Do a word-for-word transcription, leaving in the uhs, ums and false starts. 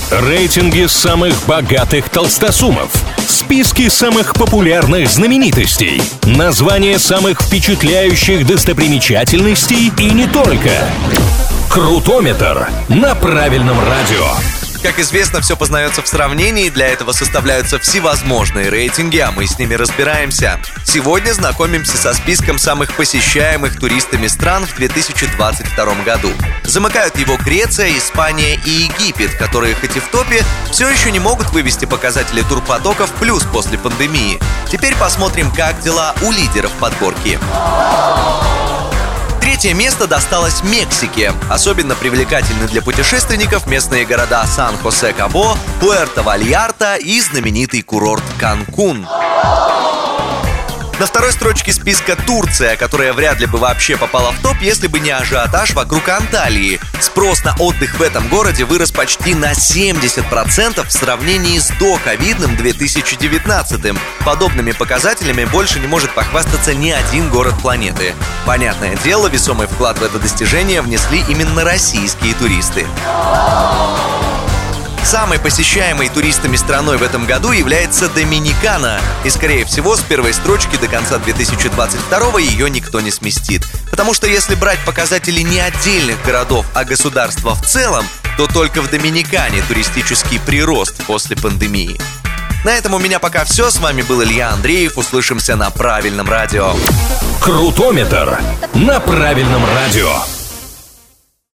Рейтинги самых богатых толстосумов. Списки самых популярных знаменитостей. Названия самых впечатляющих достопримечательностей и не только. Крутометр на правильном радио. Как известно, все познается в сравнении, для этого составляются всевозможные рейтинги, а мы с ними разбираемся. Сегодня знакомимся со списком самых посещаемых туристами стран в две тысячи двадцать втором году. Замыкают его Греция, Испания и Египет, которые хоть и в топе, все еще не могут вывести показатели турпотока в плюс после пандемии. Теперь посмотрим, как дела у лидеров подборки. Третье место досталось Мексике. Особенно привлекательны для путешественников местные города Сан-Хосе-Кабо, Пуэрто-Вальярта и знаменитый курорт Канкун. На второй строчке списка Турция, которая вряд ли бы вообще попала в топ, если бы не ажиотаж вокруг Анталии. Спрос на отдых в этом городе вырос почти на семьдесят процентов в сравнении с доковидным две тысячи девятнадцатым. Подобными показателями больше не может похвастаться ни один город планеты. Понятное дело, весомый вклад в это достижение внесли именно российские туристы. Самой посещаемой туристами страной в этом году является Доминикана. И, скорее всего, с первой строчки до конца две тысячи двадцать второго ее никто не сместит. Потому что если брать показатели не отдельных городов, а государства в целом, то только в Доминикане туристический прирост после пандемии. На этом у меня пока все. С вами был Илья Андреев. Услышимся на правильном радио. Крутометр на правильном радио.